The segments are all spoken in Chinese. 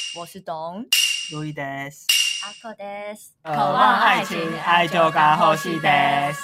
我是董路易德斯， 阿克德斯， 渴望爱情，爱就该呼吸德斯。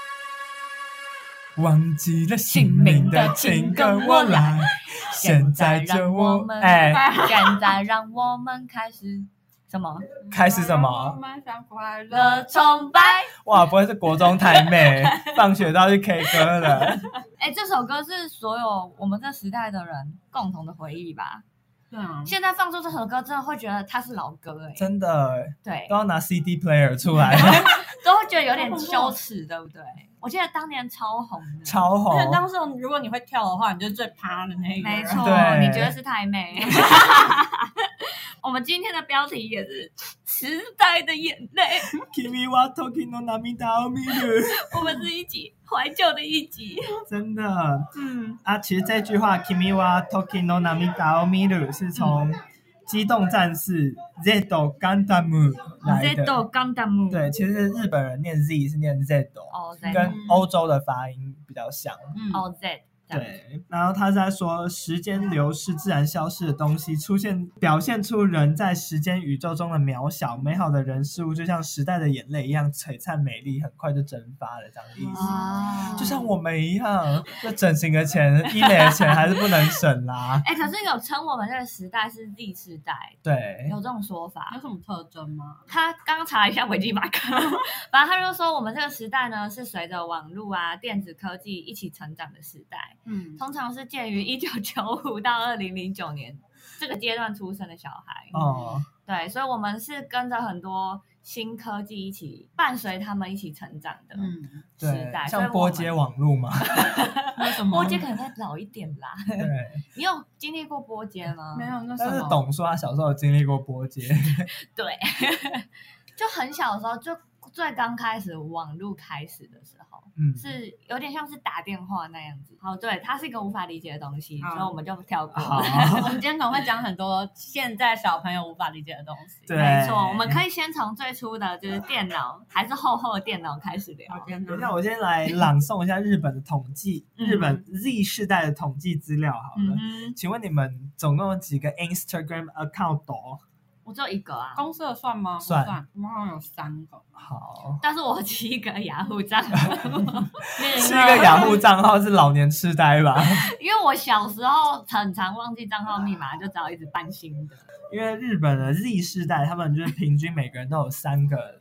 忘记了姓名的请跟我来，现在就我们现在让我们开始什么？ 开始什么？ 我们想快乐崇拜。 哇，不会是国中太妹，放学都要去 K 歌了。 这首歌是所有我们这时代的人共同的回忆吧？ 对啊， 现在放出这首歌，真的会觉得它是老歌真的对， 都要拿 CD player 出来， 都会觉得有点羞耻，对不对？我记得当年超红的， 超红。 而且当时如果你会跳的话，你就是最趴的那个。 没错， 对你觉得是太妹。我们今天的标题也是时代的眼泪， 君は時の涙を見る。 我们是一集怀旧的一集。 真的，其实这句话 Kimi wa Toki no Namida o Miru 是从机动战士 Zedo Gundam 来的。 Zedo Gundam 对，其实日本人念 Z 是念 Zedo，跟欧洲的发音比较像。 Z。 对，然后他是在说时间流逝、自然消失的东西表现出人在时间宇宙中的渺小，美好的人事物就像时代的眼泪一样璀璨美丽，很快就蒸发了，这样的意思。就像我们一样，就整形的钱、医美的钱还是不能省啦。 可是有称我们这个时代是 Z 世代， 对， 有这种说法。 有什么特征吗？ 他刚刚查了一下维基百科，反正他就说我们这个时代呢是随着网络啊、电子科技一起成长的时代。通常是介于1995到2009年这个阶段出生的小孩。对，所以我们是跟着很多新科技一起伴随他们一起成长的时代。 像拨接网络嘛。 拨接可能再老一点啦。 对， 你有经历过拨接吗？ 没有，那但是董说他小时候有经历过拨接。 对，就很小的时候，就最刚开始网络开始的时候，是有点像是打电话那样子。对，它是一个无法理解的东西，所以我们就跳过。 我们今天可能会讲很多现在小朋友无法理解的东西。 对， 没错，我们可以先从最初的就是电脑，还是厚厚的电脑开始聊。 那我先来朗诵一下日本的统计，日本 Z 世代的统计资料好了。请问你们总共有几个 Instagram account？ 我只有一个啊。 公司的算吗？ 算， 我好像有3个。 好， 但是我7个雅虎账号。 7个雅虎账号是老年痴呆吧？ 因为我小时候很常忘记账号密码，就只好一直办新的。 因为日本的 Z 世代，他们就是平均每个人都有3个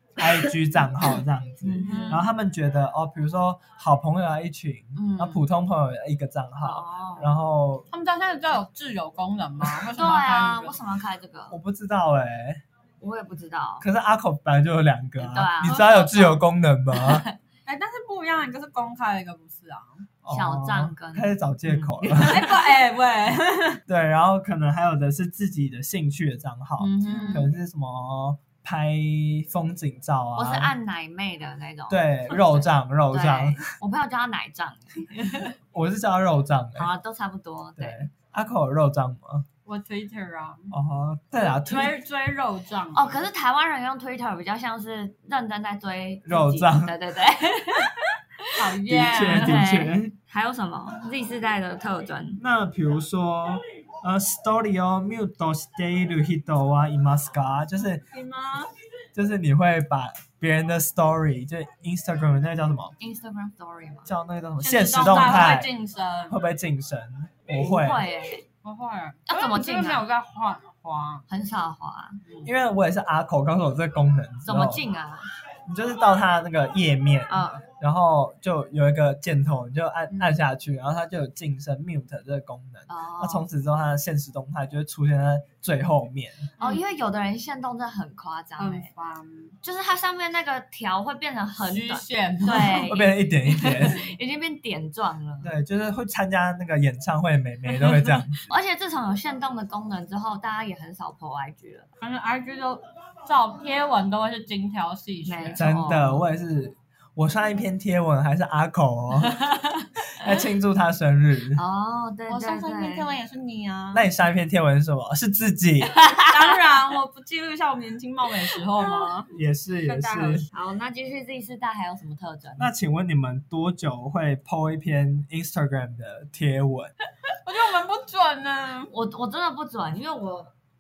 IG 账号这样子，然后他们觉得比如说好朋友一群，然后普通朋友一个账号，然后他们家现在就有挚友功能吗？为什么对啊，为什么要开这个？ 我不知道我也不知道。 可是阿口本来就有2个对啊， 你知道有挚友功能吗？ 但是不一样，一个是公开的，一个不是啊。 小账跟开始找借口了。 喂， 对，然后可能还有的是自己的兴趣的账号，可能是什么拍风景照啊， 我是按奶妹的那种。 对，肉酱。 我朋友叫他奶酱， 我是叫他肉酱。 好啊，都差不多。 对，阿口有肉酱吗？ 我 Twitter 啊。 对啊， 追肉酱。 可是台湾人用 Twitter 比较像是认真在追肉酱。 对。 讨厌。 的确。 还有什么 Z 世代的特征？ 那比如说ストーリーをミュートしている人はいますか？就是你会把别人的 story， 就 Instagram 那个叫什么 ？Instagram story 吗？ 叫那个叫什么？现实动态会不会晋升？我会。 我会。 要怎么晋啊？ 没有在滑， 很少滑。 因为我也是阿口告诉我这个功能。 怎么晋啊？ 你就是到他那个页面，然后就有一个箭头，你就按下去，然后它就有晋升 mute 这个功能。那从此之后，它的现实动态就会出现在最后面。 因为有的人限动真的很夸张， 很烦， 就是它上面那个条会变成很短， 对， 会变成一点一点， 已经变点状了。 对，就是会参加那个演唱会，美眉都会这样。 而且自从有限动的功能之后，大家也很少 po IG 了， 反正 IG 都照贴文都会是精挑细选。 真的，我也是。我上一篇贴文还是阿口在庆祝他生日。 对， 我上一篇贴文也是你啊。 那你上一篇贴文是什么？是自己。 当然，我不记录一下我年轻貌美的时候吗？ 也是。 好，那继续 Z 世代还有什么特征？ 那请问你们多久会 po 一篇 Instagram 的贴文？ 我觉得我们不准呢。 我真的不准，因为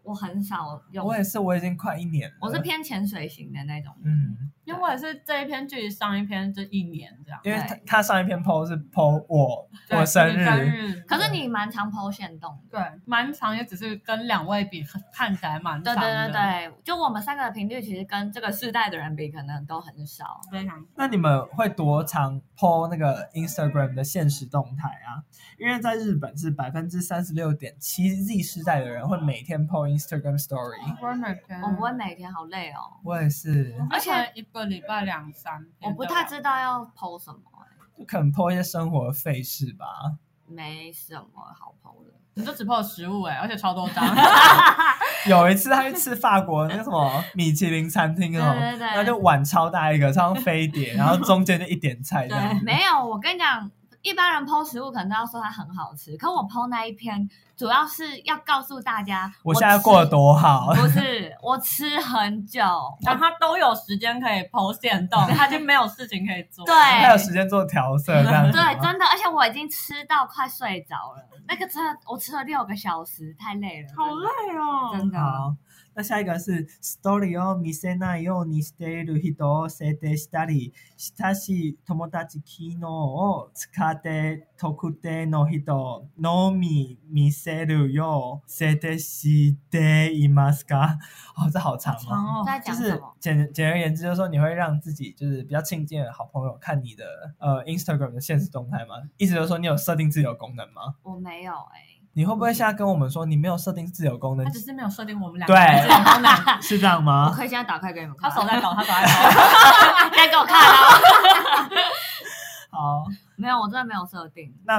我很少用。 我也是，我已经快1年了。 我是偏潜水型的那种。 因为我也是这一篇距离上一篇就1年这样。 因为他上一篇 po 是 po 我生日， 可是你蛮常 po 限动的。 对，蛮长，也只是跟2位比看起来蛮长的。 对，就我们3个的频率其实跟这个世代的人比可能都很少。 非常。 那你们会多常 po 那个 Instagram 的限时动态啊？因为在日本是36.7% Z 世代的人会每天 po Instagram Story。 我不会每天，好累哦。 我也是， 而且 1个礼拜2-3篇。 我不太知道要 po 什么。 就可能 po 一些生活的废事吧。 没什么好 po 的。 你就只 po 食物而且超多张。 有一次他去吃法国那个什么米其林餐厅哦，然后就碗超大一个，超像飞碟，然后中间就一点菜这样。 没有，我跟你讲，一般人 po 食物可能都要说它很好吃，可我 po 那一篇主要是要告诉大家我现在过得多好。 不是，我吃很久， 然后他都有时间可以 po 限动，他就没有事情可以做。 对， 他有时间做调色这样子。 对，真的，而且我已经吃到快睡着了。那个真的，我吃了6个小时，太累了， 好累哦， 真的。 好，那下一个是 story を見せないようにしている人を設定したり、親しい友達機能を使って特定の人のみ見せるよう設定していますか？这好长哦。 在讲什么？ 就是简而言之，就是说你会让自己就是比较亲近的好朋友看你的Instagram 的限时动态吗？意思就是说你有设定自由功能吗？ 我没有你会不会现在跟我们说你没有设定自由功能？ 他只是没有设定我们2个对自由功能。 是这样吗？ 我可以现在打开给你们看。 他手在抖，他手在抖。 该给我看了。 好， 没有，我真的没有设定。 那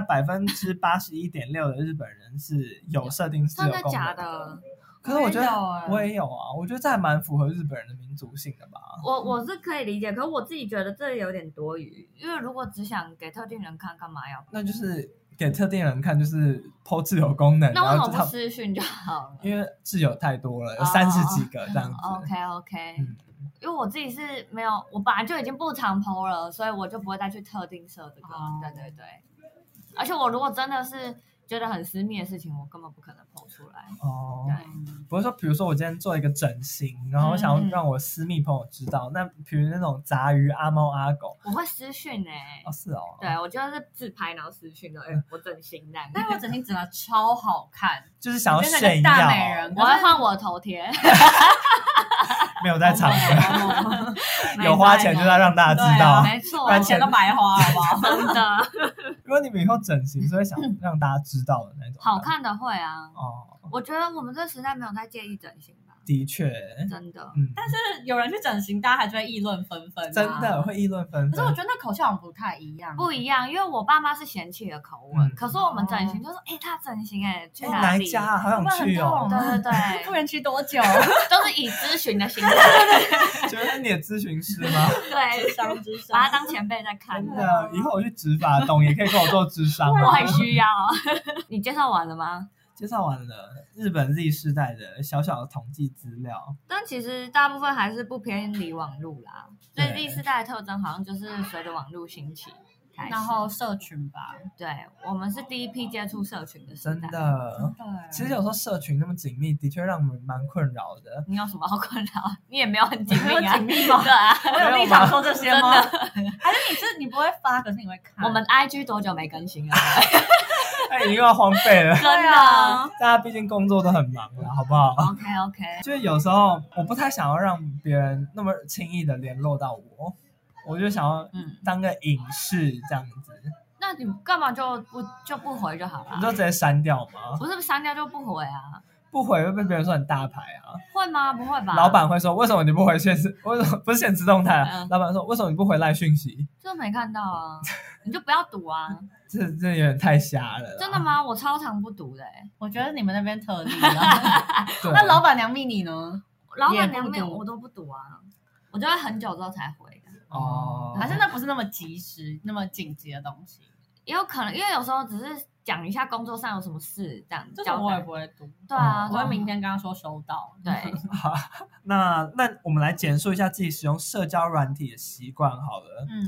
81.6%的日本人是有设定自由功能。 真的假的？ 可是我觉得我也有啊，我觉得这还蛮符合日本人的民族性的吧。 我是可以理解，可是我自己觉得这有点多余，因为如果只想给特定人看，干嘛要？ 那就是给特定人看，就是 po 自由功能。 那为什么不私讯就好了？ 因为自由太多了，有30几个这样子。 OK，因为我自己是没有，我本来就已经不常 po 了，所以我就不会再去特定设这个。对，而且我如果真的是觉得很私密的事情，我根本不可能 po 出来。对， 不是说，比如说我今天做一个整形，然后我想要让我私密朋友知道，那比如那种杂鱼、阿猫、阿狗， 我会私讯是哦。 对，我就是自拍然后私讯的，我整形的， 但我整形整的超好看， 就是想要炫耀， 大美人， 我会换我的头贴。 没有在场的，有花钱就是要让大家知道， 没错， 花钱都白花，好不好？ 真的。 如果你们以后整形，是会想让大家知道的那种， 好看的会啊。我觉得我们这时代没有在介意整形吧。 的确， 真的。 但是有人去整形，大家还是会议论纷纷。 真的会议论纷纷。 可是我觉得那口气好像不太一样。 不一样，因为我爸妈是嫌弃的口吻，可是我们整形就说，他整形去哪里？ 哪一家啊？好想去哦。 对。 复原期多久？ 都是以咨询的心态。 觉得是你的咨询师吗？ 对， 智商， 把他当前辈在看。 真的，以后我去植发懂也可以跟我做智商。 我很需要。你介绍完了吗？ 介绍完了日本 Z 世代的小小的统计资料， 但其实大部分还是不偏离网络啦。所以 Z 世代的特征好像就是随着网络兴起开始， 然后社群吧。 对，我们是第一批接触社群的时代。 真的。其实有时候社群那么紧密，的确让我们蛮困扰的。 你有什么好困扰？你也没有很紧密啊。 紧密吗？ 对啊， 我有立场说这些吗？还是你不会发，可是你会看？ 我们 IG 多久没更新了？ 已经要荒废了。 真的， 大家毕竟工作都很忙了，好不好 ？OK。 就是有时候我不太想要让别人那么轻易的联络到我就想要当个隐士这样子。 那你干嘛就不回就好了？ 你就直接删掉吗？ 不是删掉就不回啊？ 不回会被别人说很大牌啊？ 会吗？不会吧？ 老板会说为什么你不回现实？为什么不是现实动态啊？老板说为什么你不回赖讯息？ 就没看到啊，你就不要赌啊。 这有点太瞎了。 真的吗？我超常不赌的我觉得你们那边特例啊。那老板娘密你呢？ 老板娘密我都不赌啊，我就会很久之后才回的。 还是那不是那么及时、那么紧急的东西？ 也有可能，因为有时候只是讲一下工作上有什么事这样子。 这种我也不会读。 对啊， 我会明天跟他说收到。 对。 那我们来简述一下自己使用社交软体的习惯好了。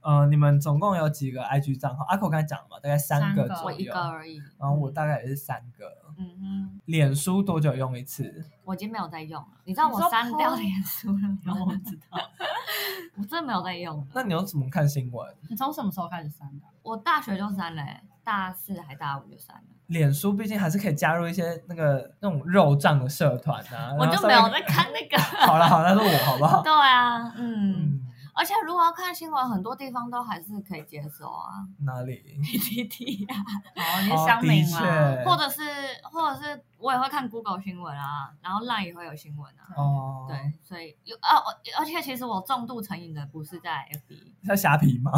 你们总共有几个 IG 账号？阿口刚才讲嘛，大概3个左右， 我1个而已。 然后我大概也是3个。脸书多久用一次？ 我已经没有在用了。你知道我删掉脸书了吗？我知道，我真的没有在用了。 那你又怎么看新闻？ 你从什么时候开始删的？ 我大学就删了，大4还大5就删了。 脸书毕竟还是可以加入一些那种肉账的社团啊。 我就没有在看那个。 好了，那是我好不好？ 对啊，而且如果要看新闻，很多地方都还是可以接受啊。 哪里 ？PTT 啊。 你是乡民嘛？ 或者是我也会看 Google 新闻啊，然后 LINE 也会有新闻啊。对，所以而且其实我重度成瘾的不是在 FB， 在虾皮吗？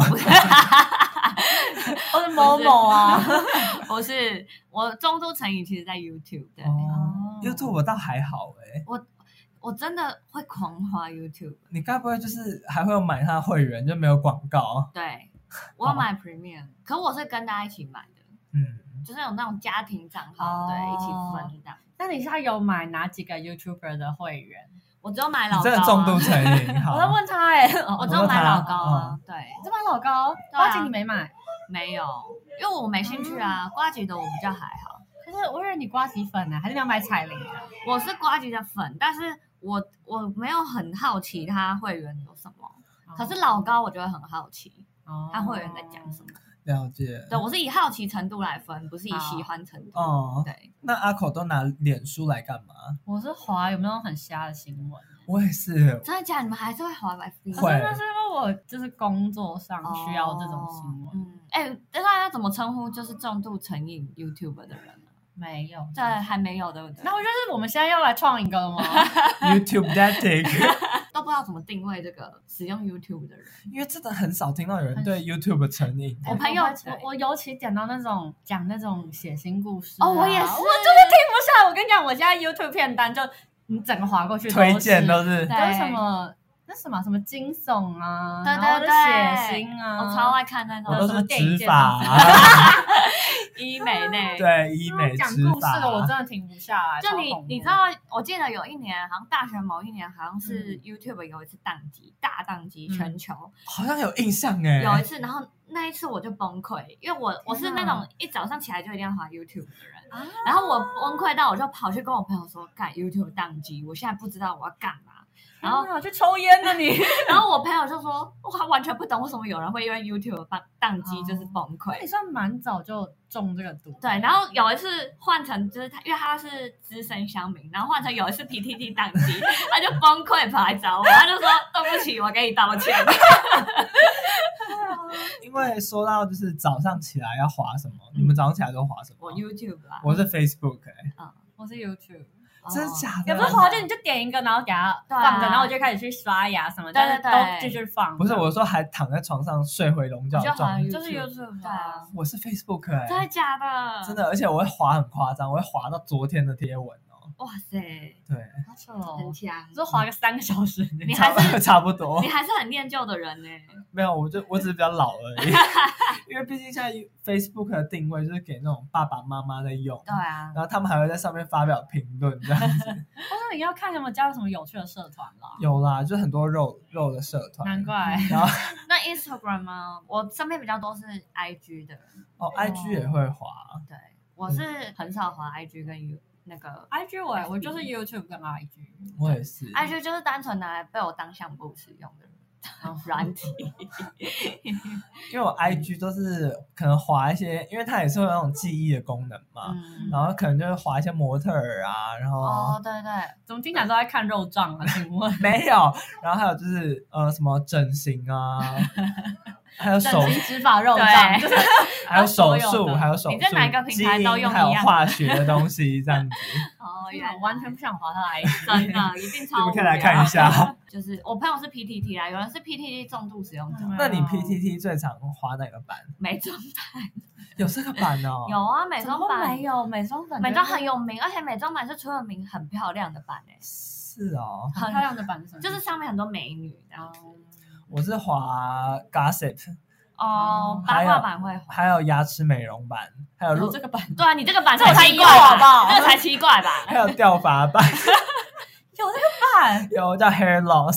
或是某某啊？ 不是，我重度成瘾其实在 YouTube。对 ，YouTube 我倒还好我真的会狂滑 YouTube。 你该不会就是还会有买他的会员就没有广告？ 对，我有买 Premium， 可我是跟大家一起买的。就是有那种家庭账号，对，一起分这样。 那你现在有买哪几个 YouTuber 的会员？ 我只有买老高。 真的重度成瘾。 我在问他我只有买老高啊。对， 你在买老高？瓜吉你没买？ 没有，因为我没兴趣啊。瓜吉的我比较还好。 可是我以为你瓜吉粉呢，还是你要买彩铃的？ 我是瓜吉的粉，但是我没有很好奇他会员有什么。可是老高我觉得很好奇，他会员在讲什么。 了解。 对，我是以好奇程度来分，不是以喜欢程度。对。 那阿口都拿脸书来干嘛？ 我是滑有没有很瞎的新闻？ 我也是。 真的假的？你们还是会滑 FB？ 会。 那是因为我就是工作上需要这种新闻。 大家要怎么称呼就是重度成瘾 YouTube 的人呢？ 没有。 对，还没有，对不对？ 那我就是我们现在要来创一个了吗 ？YouTube Dating。 都不知道怎么定位这个使用 YouTube 的人， 因为真的很少听到有人对 YouTube 成瘾。 我朋友， 我尤其点到那种讲那种血腥故事我也是， 我就是停不下来。我跟你讲，我现在 YouTube 片单就你整个滑过去推荐都是什么什么惊悚啊， 对， 血腥啊， 我超爱看那种， 我都是执法医美类， 对，医美讲故事的我真的停不下来。 就你知道，我记得有一年，好像大学某一年，好像是 YouTube 有一次大宕机，全球好像有印象有一次，然后那一次我就崩溃，因为我是那种一早上起来就一定要滑 YouTube 的人，然后我崩溃到我就跑去跟我朋友说，干 YouTube 宕机，我现在不知道我要干嘛。然后去抽烟了你， 然后我朋友就说，他完全不懂为什么有人会因为 YouTube 宕机就是崩溃。 你算蛮早就中这个毒。 对，然后有一次换成就是因为他是资深乡民，然后换成有一次 PTT 宕机，他就崩溃跑来找我，他就说对不起，我给你道歉。 因为说到就是早上起来要滑什么，你们早上起来都滑什么？ 我 YouTube 啦， 我是 Facebook 我是 YouTube。 真的假的？ 也不是滑，就你就点一个，然后给它放着，然后我就开始去刷牙什么， 对， 都继续放。 不是我说还躺在床上睡回笼觉的状态， 就是 YouTube。 对啊， 我是 Facebook 真的假的？ 真的，而且我会滑很夸张，我会滑到昨天的贴文哇塞， 对， 好扯哦， 很强， 就滑个3个小时， 你还是差不多， 你还是很念旧的人呢。 没有，我只是比较老而已，因为毕竟现在 Facebook 的定位就是给那种爸爸妈妈在用， 对啊， 然后他们还会在上面发表评论这样子。 但是你要看有没有加入什么有趣的社团啦？ 有啦，就很多肉的社团， 难怪。 然后那 Instagram 吗？我身边比较多是 IG 的 IG 也会滑， 对，我是很少滑 IG 跟那个 IG 我就是 YouTube 跟 IG， 我也是 IG 就是单纯拿来被我当相簿使用的软体。 因为我 IG 都是可能滑一些，因为它也是会有那种记忆的功能嘛，然后可能就是滑一些模特儿啊，然后对， 怎么听起来都在看肉账啊？请问没有，然后还有就是什么整形啊。还有手指法肉账，就是还有手术， 你在哪个平台都用一样， 还有化学的东西这样子。 原来完全不想滑他的 IG， 真的一定超无聊。 你们可以来看一下。 就是我朋友是 PTT 啦，有人是 PTT 重度使用者。 那你 PTT 最常滑哪个版？ 美妆版。 有这个版哦？ 有啊，美妆版没有，美妆版很有名，而且美妆版是出了名很漂亮的版是哦， 很漂亮的版是什么？ 就是上面很多美女这样子。 我是滑 Gossip 八卦版会， 还有牙齿美容版，还有这个版。 对啊，你这个版才奇怪好不好？这个才奇怪吧？ 还有掉发版， 有这个版， 有叫 Hair Loss。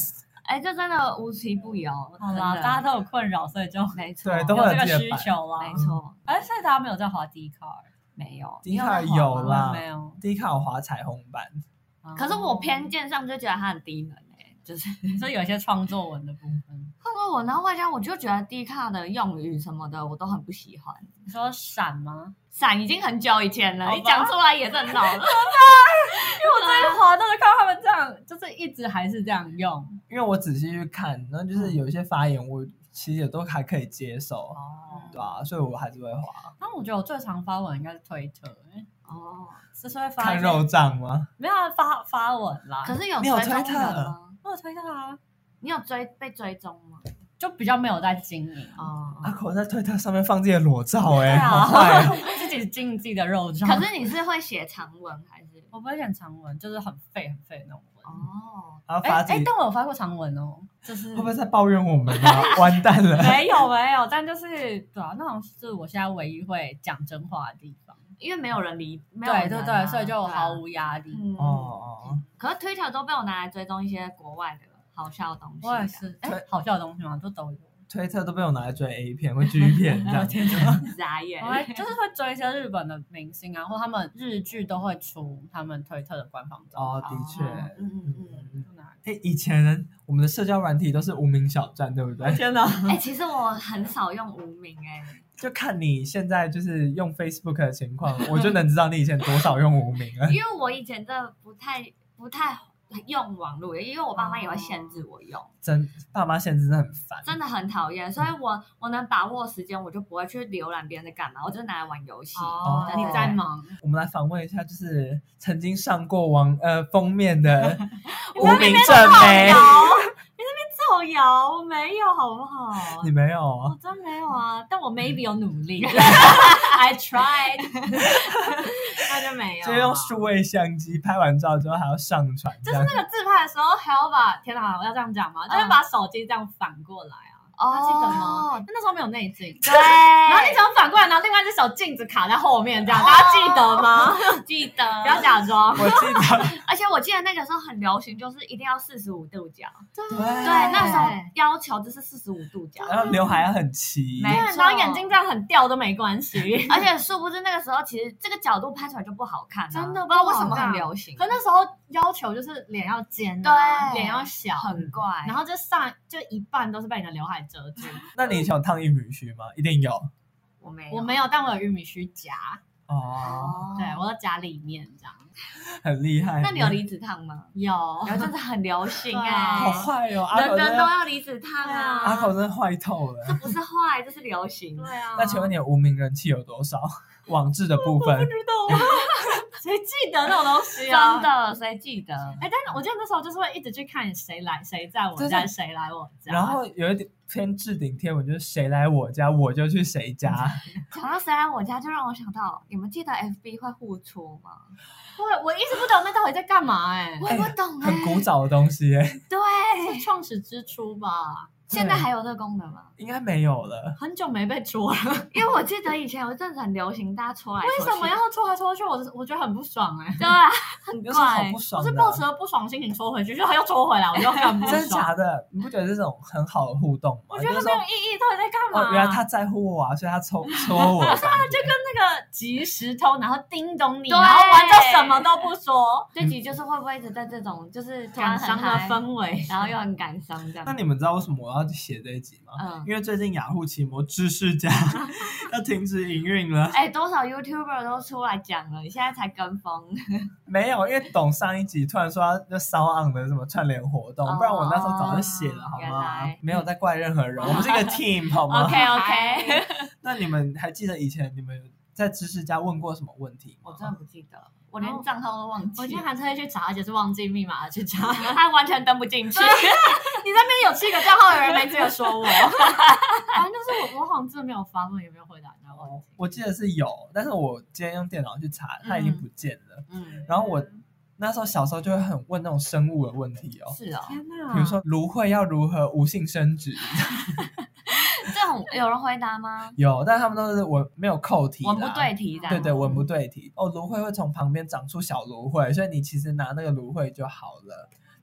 哎，这真的无奇不有。 好啦，大家都有困扰，所以就没错， 对，都会有这个需自己的版求啊。 没错。 所以大家没有在滑 Dcard， 没有 ，Dcard 有啦， 没有 ，Dcard 有滑彩虹版。 可是我偏见上就觉得它很低能就是所以有一些创作文的部分。 创作文，然后外加我就觉得 Dcard 的用语什么的我都很不喜欢。 你说闪吗？ 闪已经很久以前了，你讲出来也是很老了。因为我在滑都是看他们这样，就是一直还是这样用。 因为我仔细去看，然后就是有一些发言，我其实也都还可以接受，对啊，所以我还是会滑。 但我觉得我最常发文应该是推特，是会发看肉账吗？ 没有发文啦。 可是有你有追踪推特吗？ 我有推特啊。 你有被追踪吗？ 就比较没有在经营阿口在推特上面放自己的裸照，好坏，自己经营自己的肉照。 可是你是会写长文还是？ 我不会写长文，就是很废的那种文。 然后发自己。 但我有发过长文哦，就是会不会在抱怨我们啊？完蛋了！ 没有，但就是对啊，那好像是我现在唯一会讲真话的地方， 因为没有人理， 对，所以就毫无压力。 可是 Twitter 都被我拿来追踪一些国外的好笑的东西。 我也是，好笑的东西吗？都有。 推特都被我拿来追 A 片或 G 片这样。 傻眼。 就是会追一些日本的明星啊，或他们日剧都会出他们推特的官方账号。 的确。以前我们的社交软体都是无名小站，对不对？ 天哪！ 其实我很少用无名就看你现在就是用 Facebook 的情况，我就能知道你以前多少用无名了。 因为我以前真的不太用网络，因为我爸妈也会限制我用。 爸妈限制真的很烦， 真的很讨厌。所以我能把握时间，我就不会去浏览别人在干嘛，我就拿来玩游戏。 你在忙。 我们来访问一下，就是曾经上过封面的无名正妹。 你那边造谣，我没有好不好？ 你没有我真没有啊，但我 maybe 有努力。I tried， 那就没有。 就用数位相机拍完照之后还要上传， 就是那个自拍的时候还要把，天哪，我要这样讲吗？就是把手机这样反过来啊。记得吗？那时候没有内镜， 对， 然后你想反过来，然后另外一只手镜子卡在后面，这样，大家记得吗？ 记得， 不要假装。 我记得， 而且我记得那个时候很流行，就是一定要45度角。 对， 那时候要求就是45度角， 然后刘海要很齐， 然后眼睛这样很掉都没关系。 而且殊不知那个时候其实这个角度拍出来就不好看， 真的不知道为什么很流行。 可那时候要求就是脸要尖， 对， 脸要小， 很怪， 然后就一半都是被你的刘海遮住。 那你以前有烫玉米须吗？一定有。 我没有，但我有玉米须夹。对，我要夹里面这样。 很厉害。 那你有离子烫吗？ 有， 真的很流行好坏哦， 人人都要离子烫啊。 阿口真的坏透了。 这不是坏，这是流行。 对啊。 那请问你的无名人气有多少？网志的部分。 我不知道。谁记得那种东西啊？ 真的，谁记得？ 但是我记得那时候就是会一直去看谁在我家，谁来我家。 然后有一点偏置顶贴文，就是谁来我家我就去谁家。 讲到谁来我家，就让我想到，你们记得 FB 会互戳吗？ 我一直不懂那到底在干嘛我也不懂很古早的东西对， 是创始之初吧。 现在还有这个功能吗？ 应该没有了， 很久没被戳了。 因为我记得以前有一阵子很流行，大家戳来戳去。 为什么要戳来戳去？我觉得很不爽对啊，很怪， 不爽。 我是抱持了不爽心情戳回去，就又戳回来，我就很不爽。 真的假的？你不觉得这种很好的互动吗？ 我觉得没有意义，到底在干嘛？ 原来他在乎我啊，所以他戳我。 不是啊，就跟那个集石头，然后叮咚你，然后玩着什么都不说。 这集就是会不会一直在这种就是感伤的氛围， 然后又很感伤这样？ 那你们知道为什么我要写这一集？因为最近雅虎奇摩知识家要停止营运了。 多少 YouTuber 都出来讲了，你现在才跟风？ 没有，因为懂上一集突然说要骚昂的什么串联活动，不然我那时候早就写了，好吗？没有在怪任何人，我们是一个 team， 好吗 ？OK。 那你们还记得以前你们在知识家问过什么问题吗？ 我真的不记得，我连账号都忘记。 我今天还特意去查，而且是忘记密码的去查， 他完全登不进去。 你那边有7个账号的人没记得说我，反正就是我好像真的没有发问，也没有回答人家问题。 我记得是有，但是我今天用电脑去查，它已经不见了。然后我那时候小时候就会很问那种生物的问题哦。 是哦， 天哪！ 比如说芦荟要如何无性生殖？ 这种有人回答吗？ 有，但他们都是没有扣题， 文不对题的。 对，文不对题。芦荟会从旁边长出小芦荟，所以你其实拿那个芦荟就好了。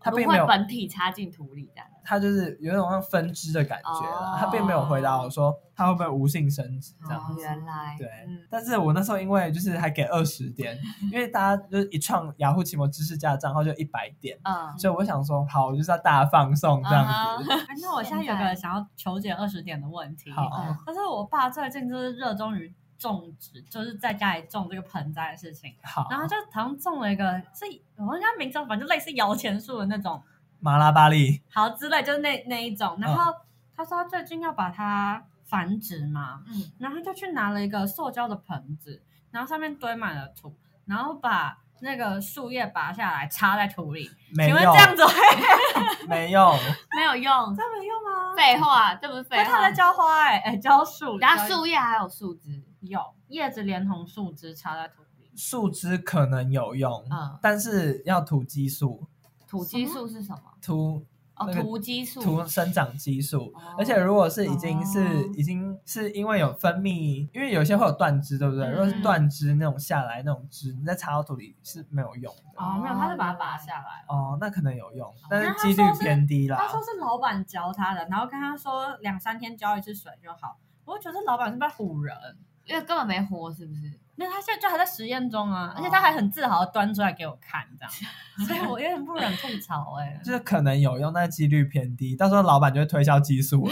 它并没有本体插进土里这样。 它就是有一种像分支的感觉啦，它并没有回答我说它会不会无性生殖这样子。 原来对，但是我那时候因为就是还给20点，因为大家就是一创雅虎奇摩知识家的账号就100点，所以我想说好，我就是要大家放送这样子。 那我现在有个想要求解20点的问题，但是我爸最近就是热衷于种植，就是在家里种这个盆栽的事情。好，然后就好像种了一个，是我应该名字反正就类似摇钱树的那种马拉巴利， 好之类，就是那一种。然后他说他最近要把它繁殖嘛，然后他就去拿了一个塑胶的盆子，然后上面堆满了土，然后把那个树叶拔下来插在土里。请问这样子会没用， 没有用， 这没用吗？ 废话，这不是废话。 他在浇花浇树， 然后树叶还有树枝， 有叶子连同树枝插在土里。 树枝可能有用，但是要土激素。 土激素是什么？ 土激素， 土生长激素。而且如果是已经是因为有分泌，因为有些会有断枝，对不对？如果是断枝那种下来那种枝，你再插到土里是没有用的。 没有，他是把它拔下来。 那可能有用，但是几率偏低啦。 他说是老板教他的，然后跟他说2-3天浇一次水就好。我觉得老板是不是在唬人？ 因为根本没活，是不是？ 那他现在就还在实验中啊，而且他还很自豪的端出来给我看，这样，所以我有点不忍吐槽就是可能有用，但几率偏低，到时候老板就会推销激素了。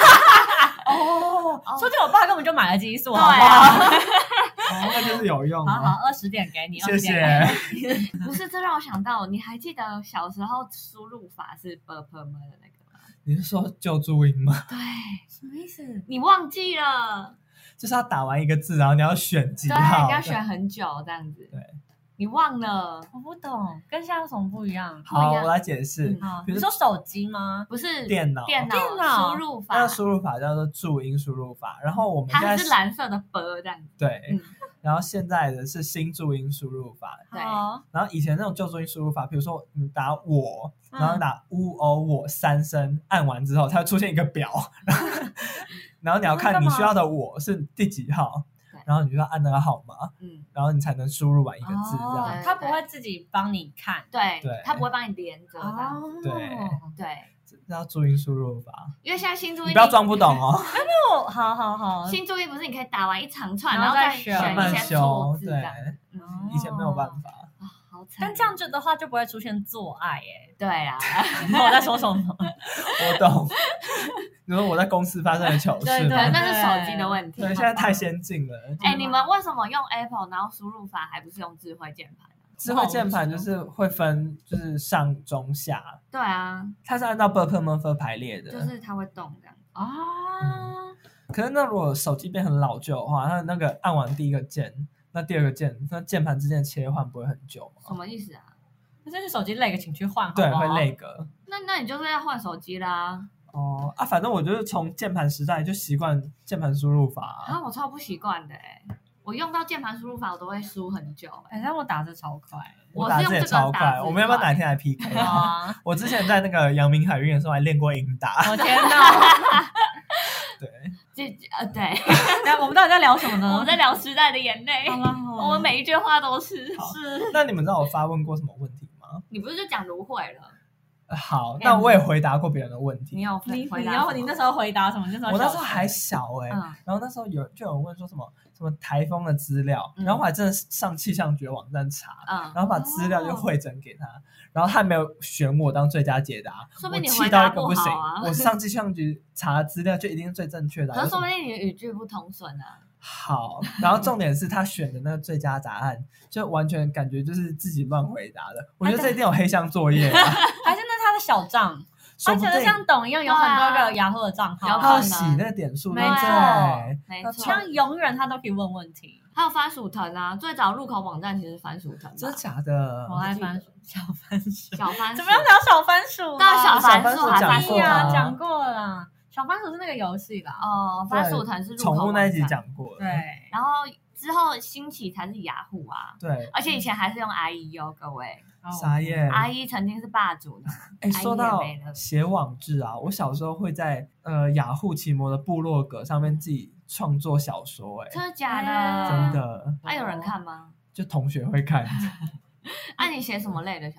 说起我爸根本就买了激素， 好不好？ 那就是有用。 好，20点给你， 谢谢。 不是，这让我想到，你还记得小时候输入法是 //m 的那个吗？ 你是说救注音吗？ 对， 什么意思？ 你忘记了？ 就是要打完一个字，然后你要选几号， 对，你要选很久这样子。 对， 你忘了？ 我不懂，跟现在有什么不一样？ 好，我来解释。 你说手机吗？ 不是， 电脑输入法。 那个输入法叫做注音输入法，然后我们它是蓝色的 b 这样子。 对，然后现在的是新注音输入法。 对， 然后以前那种旧注音输入法，比如说你打我，然后打我3声，按完之后它会出现一个表，然后你要看你需要的我是第几号，然后你就要按那个号码，然后你才能输入完一个字，这样。 它不会自己帮你看， 对，它不会帮你连着，对， 这叫注音输入法。 因为现在新注音， 你不要装不懂哦。 好， 新注音不是你可以打完一长串，然后再选一些错字，对， 以前没有办法。 但这样子的话就不会出现做爱对啊， 我在说什么？ 我懂。你说我在公司发生的糗事， 对，那是手机的问题。 对，现在太先进了。 你们为什么用 Apple， 然后输入法还不是用智慧键盘？ 智慧键盘就是会分，就是上中下。 对啊， 它是按照 //m/f 排列的， 就是它会动这样。 可是那如果手机变很老旧的话，它那个按完第一个键，那第二个键，那键盘之间的切换不会很久吗？ 什么意思啊？ 那就是手机累个，请去换。 对，会累个。 那你就是要换手机啦。 反正我就是从键盘时代就习惯键盘输入法我超不习惯的我用到键盘输入法我都会输很久但我打字超快， 我打字也超快。我们要不要哪天来 PK 我之前在那个阳明海运的时候还练过英打。 天哪！ 对， 对。 那我们到底在聊什么呢？ 我们在聊时代的眼泪。我们每一句话都是。 那你们知道我发问过什么问题吗？ 你不是就讲芦荟了？ 好，那我也回答过别人的问题。 你那时候回答什么？ 我那时候还小然后那时候就有人问说什么台风的资料，然后我还真的上气象局网站查，然后把资料就汇整给他，然后他没有选我当最佳解答，我气到一个不行。我上气象局查资料就一定是最正确的， 可是说不定你的语句不通顺啊。 好，然后重点是他选的那个最佳答案，就完全感觉就是自己乱回答的。我觉得这一定有黑箱作业还是那他的小账，他觉得像董一样有很多个雅虎的账号， 要洗那个点数， 没错，像永远他都可以问问题。 还有番薯藤啊，最早入口网站其实是番薯藤， 真的假的？ 我爱番薯，小番薯， 怎么样聊小番薯？ 到小番薯讲过了。小番薯是那个游戏啦， 番薯藤是入口宠物那一集讲过了， 对， 然后之后兴起才是雅虎啊， 对， 而且以前还是用 IE 各位， 傻眼 ，IE 曾经是霸主的。 说到写网志啊，我小时候会在雅虎奇摩的部落格上面自己创作小说， 真的假的？ 真的。 有人看吗？ 就同学会看。 你写什么类的小说？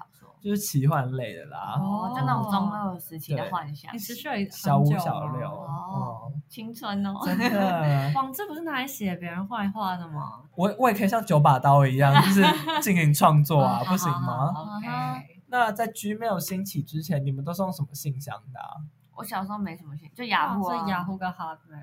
就是奇幻类的啦。 就那种中二时期的幻想。 你持续了小5小6 青春哦， 真的。 网志不是拿来写别人坏话的吗？ 我也可以像9把刀一样，就是进行创作啊，不行吗 ？OK。 那在 Gmail 兴起之前，你们都是用什么信箱的啊？ 我小时候没什么信，就雅虎是雅虎跟 Hotmail。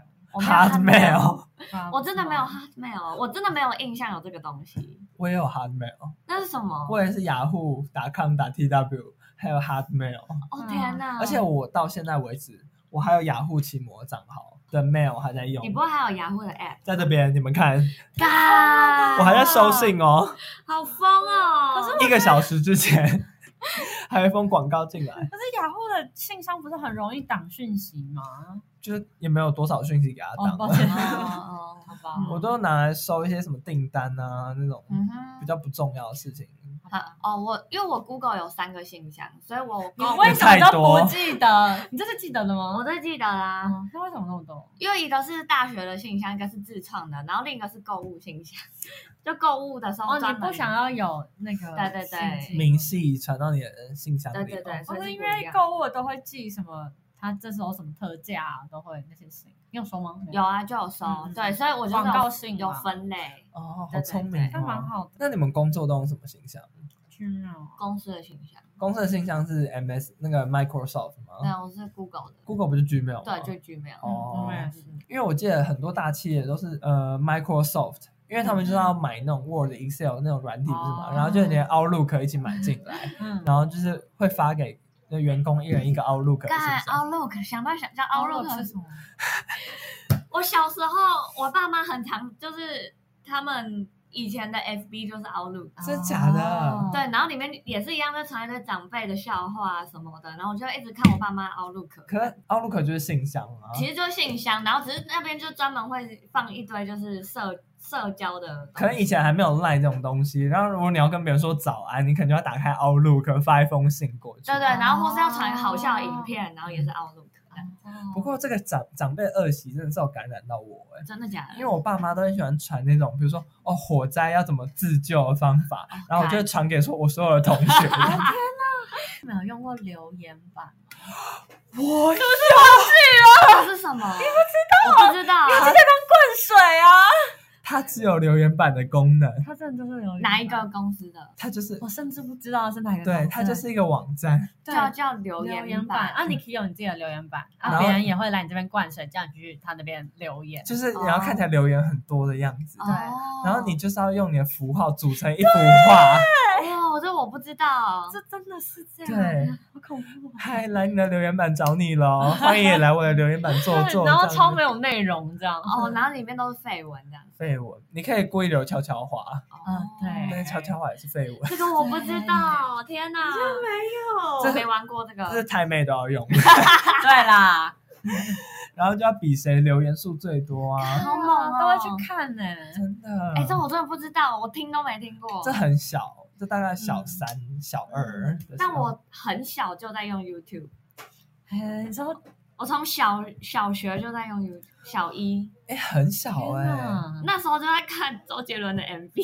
Hotmail， 我真的没有 Hotmail， 我真的没有印象有这个东西。 我也有 Hotmail， 那是什么？ 我也是雅虎.com.tw， 还有 Hotmail。 天哪！ 而且我到现在为止，我还有雅虎奇摩账号的 mail 还在用。 你不会还有雅虎的 app？ 在这边，你们看，我还在收信哦， 好疯哦！ 可是 1个小时之前。还有一封广告进来， 可是雅虎的信箱不是很容易挡讯息吗？ 就是也没有多少讯息给他挡。 抱歉， 好吧， 我都拿来收一些什么订单啊那种比较不重要的事情。 因为我 Google 有3个信箱，所以你为什么都不记得？你这是记得的吗？ 我都记得啦。 那为什么那么多？ 因为一个是大学的信箱，一个是自创的，然后另一个是购物信箱。就购物的时候， 你不想要有那个对明细传到你的信箱里。 对， 或是因为购物都会寄什么，他这时候什么特价都会那些信，你有收吗？ 有啊，就有收。对，所以我就广告信有分类。 好聪明， 那蛮好的。 那你们工作都用什么信箱？ 公司的信箱。 公司的信箱是 MS 那个 Microsoft 吗？ 没有，我是 Google 的。 Google 不是 Gmail 吗？ 对，就 Gmail。 因为我记得很多大企业都是Microsoft。因为他们就是要买那种 Word、Excel 那种软体，不是嘛？然后就连 Outlook 一起买进来，然后就是会发给员工1人1个 Outlook 的信箱。 Outlook 想叫 Outlook 是什么？我小时候，我爸妈很常就是他们以前的 FB 就是 Outlook， 真的假的？ 对，然后里面也是一样在传一堆长辈的笑话什么的，然后我就一直看我爸妈 Outlook。 可是 Outlook 就是信箱啊， 其实就是信箱，然后只是那边就专门会放一堆就是社交的， 可能以前还没有 LINE 这种东西，然后如果你要跟别人说早安，你可能就要打开 Outlook 发一封信过去。 对，然后或是要传好笑的影片，然后也是 Outlook。 不过这个长辈恶习真的是有感染到我真的假的？ 因为我爸妈都很喜欢传那种，比如说火灾要怎么自救的方法，然后我就传给我所有的同学。 天哪！没有用过留言板吗？ 我是不是忘记了？ 这是什么？ 你不知道？ 我不知道。 你直接帮灌水啊！ 它只有留言板的功能。 它真的就是留言板。 哪一个公司的？ 它就是我甚至不知道是哪个。 对，它就是一个网站， 叫留言板啊！你可以有你自己的留言板啊，别人也会来你这边灌水，叫你去他那边留言。 就是你要看起来留言很多的样子， 对。 然后你就是要用你的符号组成一幅画。 哦，这我不知道， 这真的是这样。 对， 好恐怖。 嗨，来你的留言板找你了，欢迎也来我的留言板坐坐。 然后超没有内容这样。 然后里面都是废文这样。 废文，你可以故意留悄悄话。 对， 但是悄悄话也是废文。 这个我不知道，天哪， 没有， 我没玩过这个。 这是台妹都要用。 对啦。 然后就要比谁留言数最多啊！ 好猛哦， 都会去看呢， 真的。 这我真的不知道，我听都没听过。 这很小，这大概小3、小2。 但我很小就在用 YouTube。 你说我从小学就在用 YouTube， 小1。 很小那时候就在看周杰伦的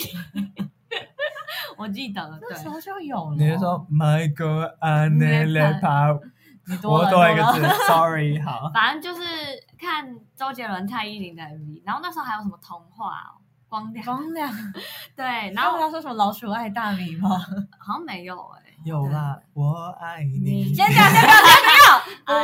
MV。我记得那时候就有了。 你是说 My God Anelepa？我多一个字 ，sorry， 好。 反正就是看周杰伦、蔡依林的 MV， 然后那时候还有什么童话光亮，对，然后要说什么老鼠爱大米吗？ 好像没有有啦，我爱你。 先不要。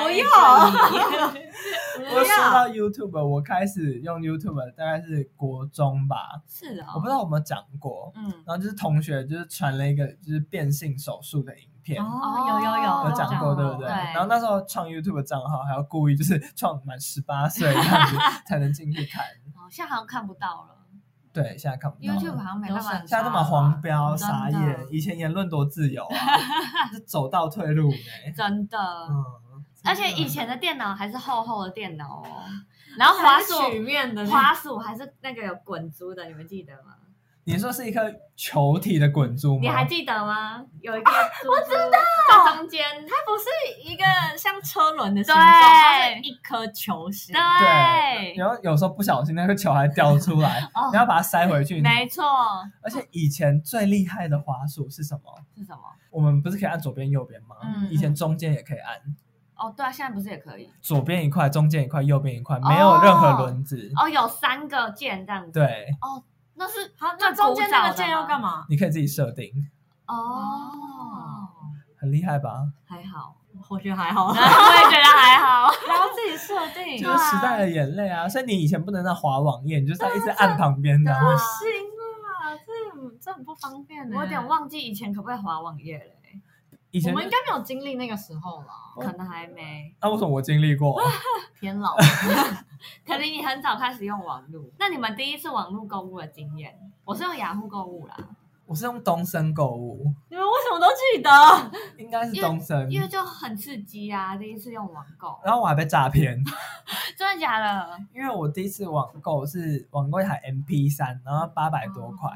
我说到 YouTube， 我开始用 YouTube 大概是国中吧。 是啊， 我不知道有没有讲过。然后就是同学就是传了一个就是变性手术的影片。 有讲过，对不对？然后那时候创 YouTube 账号还要故意就是创满18岁这样子才能进去看。 现在好像看不到了。 对，现在看不到 YouTube 好像没办法， 现在都蛮黄标，傻眼。以前言论多自由啊，是走到退路真的。而且以前的电脑还是厚厚的电脑哦，然后滑鼠还是那个有滚珠的，你们记得吗？ 你说是一颗球体的滚珠吗？ 你还记得吗？有一个珠珠， 我知道， 中间它不是一个像车轮的形状，它是一颗球形。 对， 然后有时候不小心那个球还掉出来，你要把它塞回去。 没错。 而且以前最厉害的滑鼠是什么？ 是什么？ 我们不是可以按左边右边吗？以前中间也可以按。 哦，对啊，现在不是也可以？ 左边一块，中间一块，右边一块，没有任何轮子。 哦，有3个键这样子。 对。 哦，那是那中间那个键要干嘛？ 你可以自己设定。 哦， 很厉害吧？ 还好， 我觉得还好， 我也觉得还好。 还要自己设定， 就是时代的眼泪啊！所以你以前不能在滑网页，你就是要一直按旁边的。 不行啊，这很不方便。 我有点忘记以前可不可以滑网页了。 以前我们应该没有经历那个时候了， 可能还没。 那为什么我经历过？ 偏老。 可能你很早开始用网络。那你们第一次网络购物的经验？我是用雅虎购物啦。 我是用东森购物。 你们为什么都记得？ 应该是东森， 因为就很刺激啊！第一次用网购， 然后我还被诈骗。 真的假的？ 因为我第一次网购是网购一台 MP3，然后800多块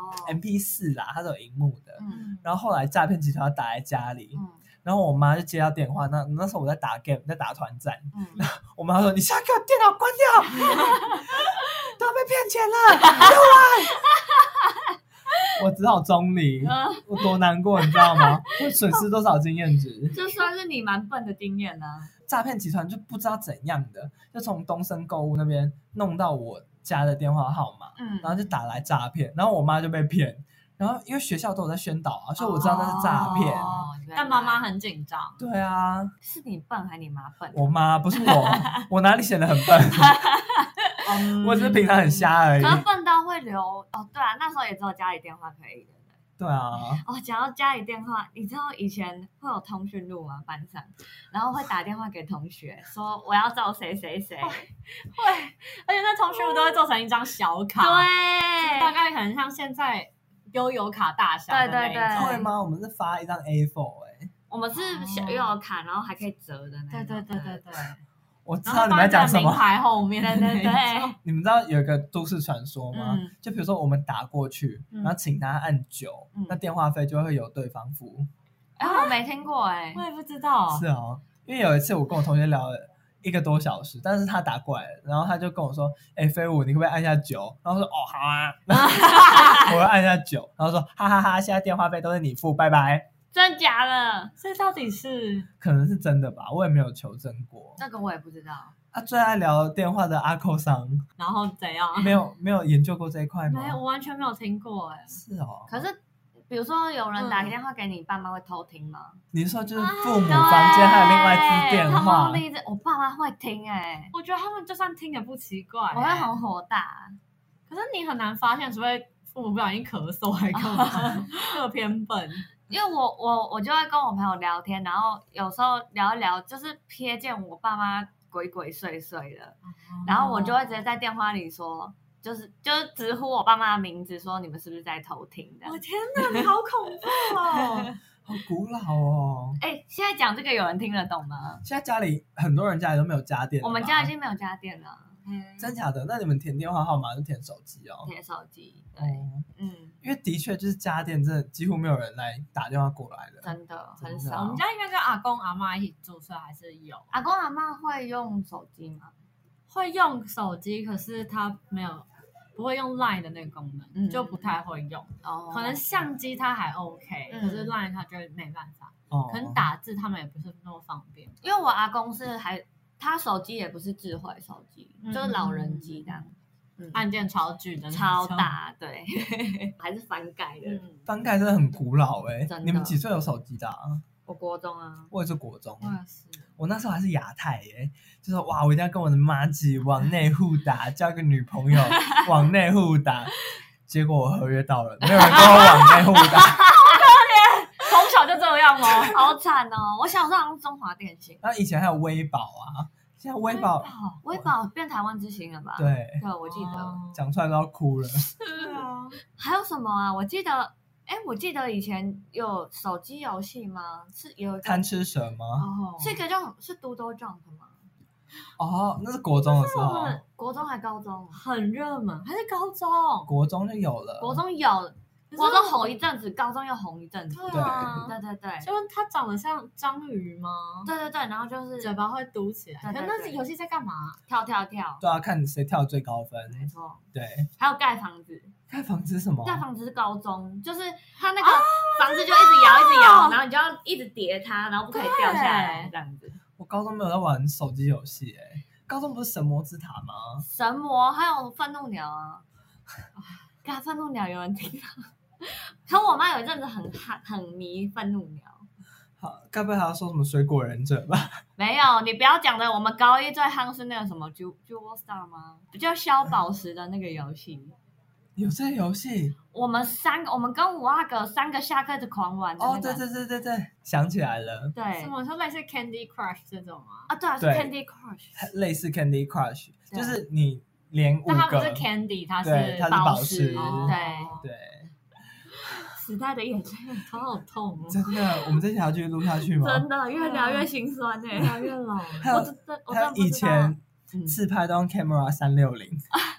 ，MP4 啦，它是有萤幕的。然后后来诈骗集团打在家里，然后我妈就接到电话，那时候我在打 game， 在打团战，我妈说：“你现在给我电脑关掉，都要被骗钱了，给我来！”我只好中离，我多难过，你知道吗？会损失多少经验值？ 这算是你蛮笨的经验啊！ 诈骗集团就不知道怎样的，就从东森购物那边弄到我家的电话号码，然后就打来诈骗，然后我妈就被骗。然后因为学校都有在宣导啊，所以我知道那是诈骗。 但妈妈很紧张。 对啊， 是你笨还是你妈笨？ 我妈，不是我，我哪里显得很笨？我只是平常很瞎而已。 可是笨到会留哦，对啊，那时候也只有家里电话可以的。 对啊。 哦，讲到家里电话，你知道以前会有通讯录吗？班上，然后会打电话给同学说我要找谁谁谁。会， 而且那通讯录都会做成一张小卡， 对， 大概可能像现在悠游卡大小的那一种。 会吗？我们是发一张 A4 我们是小悠游卡，然后还可以折的那种。 对。 我知道你们在讲什么。 名牌后面的对。 你们知道有一个都市传说吗？就比如说我们打过去，然后请他按9，那电话费就会由对方付。 我没听过我也不知道。 是哦，因为有一次我跟我同学聊了1个多小时，但是他打过来了，然后他就跟我说：“飞武，你可不可以按下9？”然后说：“哦，好啊。”我会按下9，然后说：“哈哈哈，现在电话费都是你付，拜拜。” 真假的？ 这到底是？ 可能是真的吧，我也没有求证过。 这个我也不知道。 最爱聊电话的阿扣桑， 然后怎样？ 没有研究过这一块吗？ 没有，我完全没有听过。 是哦。 可是，比如说有人打电话给你，爸妈会偷听吗？ 你说就是父母房间还有另外一支电话， 我爸妈会听我觉得他们就算听也不奇怪， 我会很火大。 可是你很难发现，除非父母不小心咳嗽还干嘛，这偏笨。 因为我就会跟我朋友聊天，然后有时候聊一聊，就是瞥见我爸妈鬼鬼祟祟的，然后我就会直接在电话里说，就是直呼我爸妈的名字，说你们是不是在偷听的？ 我天哪，你好恐怖哦！ 好古老哦。 现在讲这个有人听得懂吗？ 现在家里很多人家里都没有家电了吧？ 我们家已经没有家电了。 真假的？那你们填电话号码是填手机哦？ 填手机，对。 因为的确就是家电真的几乎没有人来打电话过来了， 真的很少。 我们家应该跟阿公阿嬷一起住，所以还是有。 阿公阿嬷会用手机吗？ 会用手机，可是他不会用 LINE 的那个功能，就不太会用。可能相机他还 OK，可是 LINE 他就没办法。可能打字他们也不是那么方便。 因为我阿公他手机也不是智慧手机，就是老人机这样。 按键超巨的， 超大，对，还是翻盖的。 翻盖真的很古老真的。 你们几岁有手机的？ 我国中啊。 我也是国中。 我也是。 我那时候还是亚太就说哇，我一定要跟我的妈吉往内互打，交一个女朋友往内互打。结果我合约到了，没有人跟我往内互打。 好可怜，从小就这样吗？ 好惨哦！我小时候好像中华电信， 然后以前还有微宝啊。现在微宝变台湾之星了吧？ 对， 我记得讲出来都要哭了。 是啊， 还有什么啊？我记得以前有手机游戏吗？是有贪吃蛇吗？ 是一个叫是Doodle Jump吗？ 那是国中的时候。 国中还高中？ 很热门，还是高中？ 国中就有了。 国中有， 国中红一阵子，高中又红一阵子。 对啊， 对， 就是它长得像章鱼吗？ 对，然后就是嘴巴会嘟起来。可是那游戏在干嘛？ 跳。 对啊，看谁跳最高分。 没错。 对。 还有盖房子。 盖房子是什么？ 盖房子是高中，就是它那个房子就一直摇，然后你就要一直叠它，然后不可以掉下来这样子。 我高中没有在玩手机游戏高中不是神魔之塔吗？ 神魔还有愤怒鸟啊，看愤怒鸟有人听到，可我妈有一阵子很迷愤怒鸟。 好，该不会还要说什么水果忍者吧？ 没有，你不要讲的。我们高一最夯是那个什么 Jewel Star 吗？比较消宝石的那个游戏。 有这游戏？ 我们跟5、2个3个下课就狂玩的、那个。对，想起来了。 对， 什么说类似 Candy Crush 这种吗？ 啊，对啊，是 Candy Crush， 类似 Candy Crush， 就是你连5个， 但它不是 Candy， 它是宝石。对。 时代的眼泪，头好痛哦！ 真的，我们这条继续录下去吗？ 真的，越聊越心酸越聊越老。 还有以前自拍都用 Camera 360。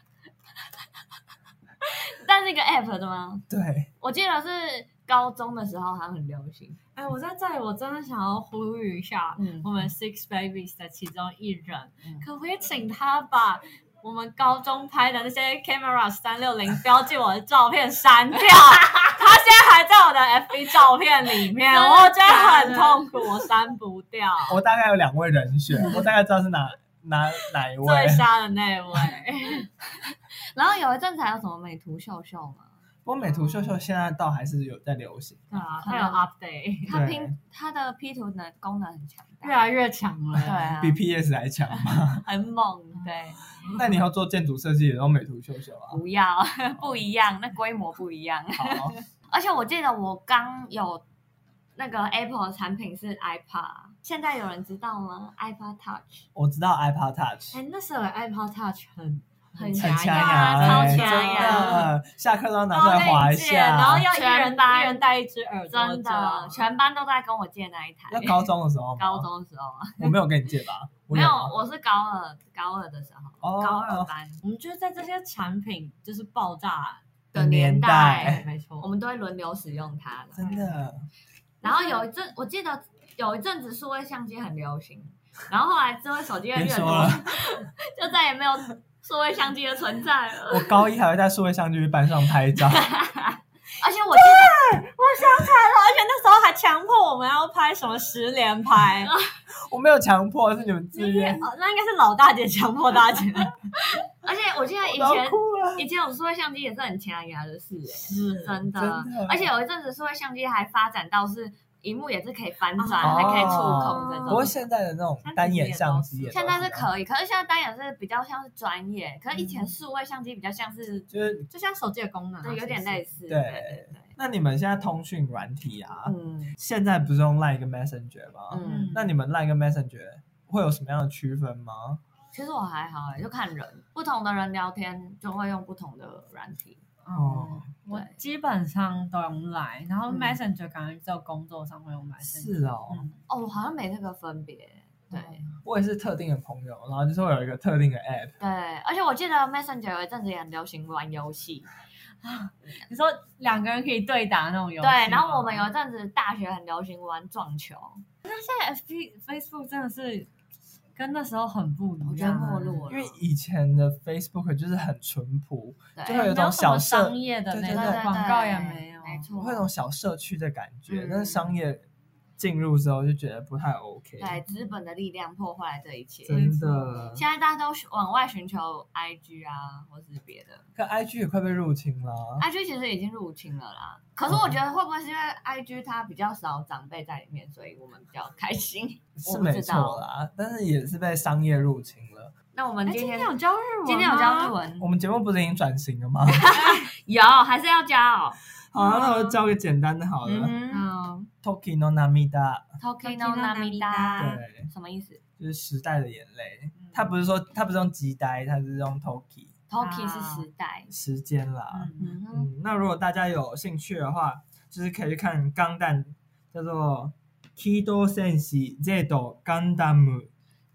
但是一个 app 的吗？ 对， 我记得是高中的时候还很流行。 我在这里我真的想要呼吁一下，我们 Six Babies 的其中一人，可不可以请他把我们高中拍的那些 Camera 360标记我的照片删掉？他现在还在我的 FB 照片里面，我觉得很痛苦，我删不掉。 我大概有2位人选，我大概知道是哪一位最瞎的那位。 然后有一阵子还有什么美图秀秀嘛？ 不过美图秀秀现在倒还是有在流行。 对啊，它有 update， 它的 P 图的功能很强大， 越来越强了。 对啊， 比 PS 还强吗？ 很猛，对。 那你要做建筑设计也用美图秀秀啊？ 不要，不一样，那规模不一样。 好。 而且我记得我刚有那个 Apple 的产品是 iPad， 现在有人知道吗 ？iPad Touch。 我知道 iPad Touch。 那时候的 iPad Touch 很强呀，超强呀！ 下课都要拿出来滑一下， 然后要一人带一只耳朵， 真的，全班都在跟我借那一台。 要高中的时候吗？ 高中的时候啊， 我没有跟你借吧？ 没有，我是高二的时候，高2班。 我们就是在这些产品就是爆炸的年代， 没错， 我们都会轮流使用它。 真的。 然后我记得有一阵子数位相机很流行，然后后来智慧手机越来越多，就再也没有数位相机的存在了。 我高1还会带数位相机去班上拍照。 而且我记得， 我想起来了，而且那时候还强迫我们要拍什么10连拍。 我没有强迫，是你们自愿。 那应该是老大姐强迫大姐。 而且我记得以前有数位相机也是很强牙的事， 是真的。而且有一阵子数位相机还发展到是萤幕也是可以翻转，还可以触控这种。 不过现在的那种单眼相机也现在是可以，可是现在单眼是比较像是专业，可是以前数位相机比较像是就像手机的功能， 对，有点类似。 对。那你们现在通讯软体啊，现在不是用 Line 跟 Messenger 吗？那你们 Line 跟 Messenger 会有什么样的区分吗？ 其实我还好就看人，不同的人聊天就会用不同的软体。 我基本上都用 Line， 然后 Messenger 感觉只有工作上会用 Messenger。 是哦， 我好像没那个分别。对， 我也是特定的朋友，然后就是会有一个特定的 app。 对，而且我记得 Messenger 有一阵子也很流行玩游戏。 你说2个人可以对打那种游戏？ 对，然后我们有一阵子大学很流行玩撞球。 那现在 Facebook 真的是跟那时候很不一样， 我觉得没落了。 因为以前的 Facebook 就是很淳朴，就会有一种小商业的那种广告也没有， 没错， 会有一种小社区的感觉。但是商业进入之后就觉得不太 OK。 对，资本的力量破坏这一切， 真的。 现在大家都往外寻求 IG 啊，或是别的。 可 IG 也快被入侵了。 IG 其实已经入侵了啦。可是我觉得会不会是因为 IG 它比较少长辈在里面，所以我们比较开心？ 是没错啦，但是也是被商业入侵了。 那我们今天有教日文？ 今天有教日文。 我们节目不是已经转型了吗？ 有，还是要教。 好，那我教个简单的好了。Toki no Namida。Toki no Namida。 对， 什么意思？ 就是时代的眼泪。他不是用吉呆，他是用 Toki。Toki 是时代， 时间啦。那如果大家有兴趣的话，就是可以去看钢弹，叫做 Kido Senshi Z ガンダム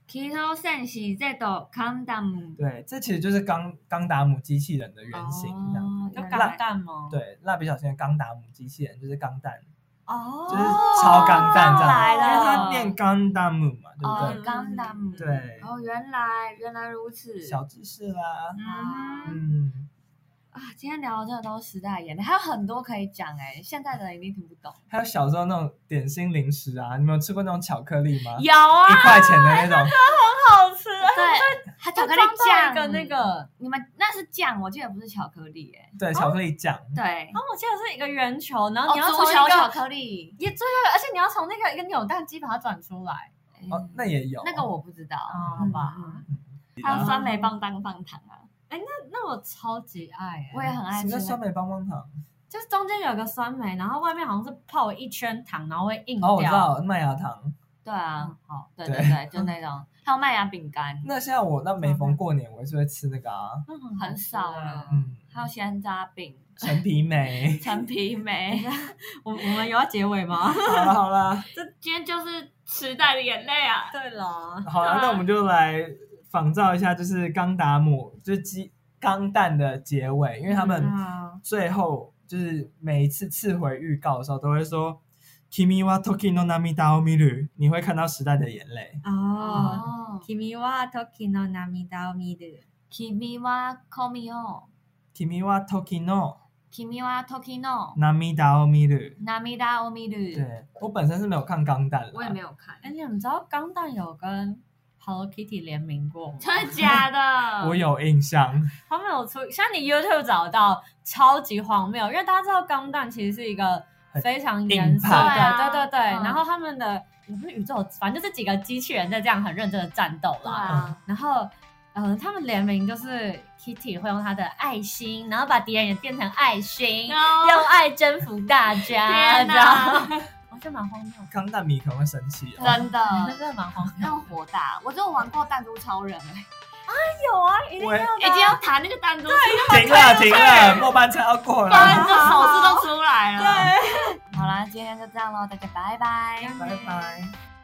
機動戦士 Z ガンダム。 对，这其实就是钢达姆机器人的原型，这样。 就钢弹吗？ 对，蜡笔小新的钢达姆机器人就是钢弹， 就是超钢弹这样， 因为它念钢达姆嘛，对不对？ 钢达姆。 对。 原来如此， 小知识啦。 今天聊的真的都是时代眼泪，还有很多可以讲现在的人一定听不懂。 还有小时候那种点心零食啊，你们有吃过那种巧克力吗？ 有啊 ，1块钱的那种， 很好吃。 对，还巧克力酱跟那个， 你们那是酱，我记得不是巧克力对，巧克力酱。 对， 然后我记得是一个圆球，然后你要从足球巧克力， 也对，而且你要从那个一个扭蛋机把它转出来。 那也有， 那个我不知道， 好吧。 还有酸梅棒棒糖啊。 那我超级爱， 我也很爱吃。 什么酸梅棒棒糖？ 就是中间有个酸梅，然后外面好像是泡一圈糖，然后会硬掉。 我知道麦芽糖。 对啊， 好， 对，就那种，还有麦芽饼干。 那像我每逢过年，我也是会吃那个啊， 很少了。还有鲜渣饼、 陈皮梅。 我们有要结尾吗？ 好啦， 这今天就是时代的眼泪啊。 对了， 好啦，那我们就来仿照一下，就是钢达姆，就是钢弹的结尾，因为他们最后就是每一次次回预告的时候都会说 Kimi wa Toki no namida o miru， 你会看到时代的眼泪。 Kimi wa Toki no namida o miru， Kimi wa komi o Kimi wa Toki no namida o miru。 对，我本身是没有看钢弹， 我也没有看。 你们知道钢弹有跟 Hello Kitty 联名过吗？ 真的假的？ 我有印象。 他们有出，像你 YouTube 找到超级荒谬，因为大家知道钢弹其实是一个非常严肃的，对，然后他们的也不是宇宙，反正就是几个机器人在这样很认真的战斗啦。然后他们联名就是 Kitty 会用她的爱心，然后把敌人也变成爱心，用爱征服大家，这样。我觉得蛮荒谬的。 钢弹迷可能会生气真的蛮荒谬。 那种火大，我只有玩过弹珠超人有啊，一定要弹那个弹珠。 停了，末班车要过了， 这手势都出来了。对，好啦，今天就这样咯，大家拜拜， 拜拜。